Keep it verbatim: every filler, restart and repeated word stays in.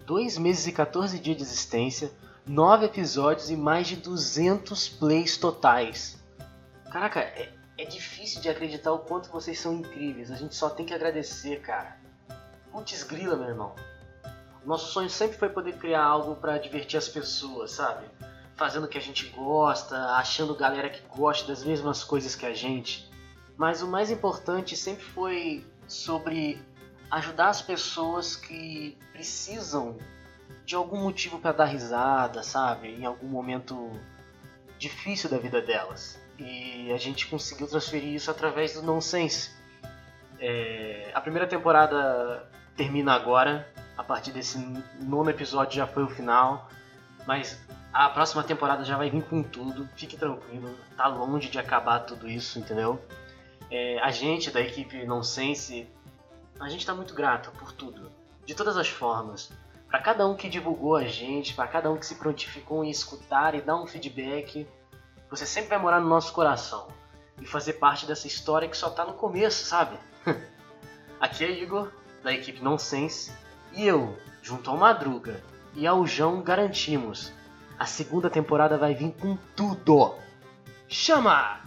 dois meses e quatorze dias de existência, nove episódios e mais de duzentos plays totais. Caraca, é, é difícil de acreditar o quanto vocês são incríveis. A gente só tem que agradecer, cara. Putz grila, meu irmão. Nosso sonho sempre foi poder criar algo pra divertir as pessoas, sabe? Fazendo o que a gente gosta, achando galera que gosta das mesmas coisas que a gente. Mas o mais importante sempre foi sobre ajudar as pessoas que precisam de algum motivo pra dar risada, sabe? Em algum momento difícil da vida delas. E a gente conseguiu transferir isso através do Nonsense. É... A primeira temporada termina agora. A partir desse nono episódio já foi o final. Mas a próxima temporada já vai vir com tudo. Fique tranquilo, tá longe de acabar tudo isso, entendeu? É, a gente da equipe Nonsense, a gente tá muito grato por tudo. De todas as formas. Pra cada um que divulgou a gente, pra cada um que se prontificou em escutar e dar um feedback. Você sempre vai morar no nosso coração. E fazer parte dessa história que só tá no começo, sabe? Aqui é Igor, da equipe Nonsense. E eu, junto ao Madruga e ao João, garantimos: a segunda temporada vai vir com tudo. Chama!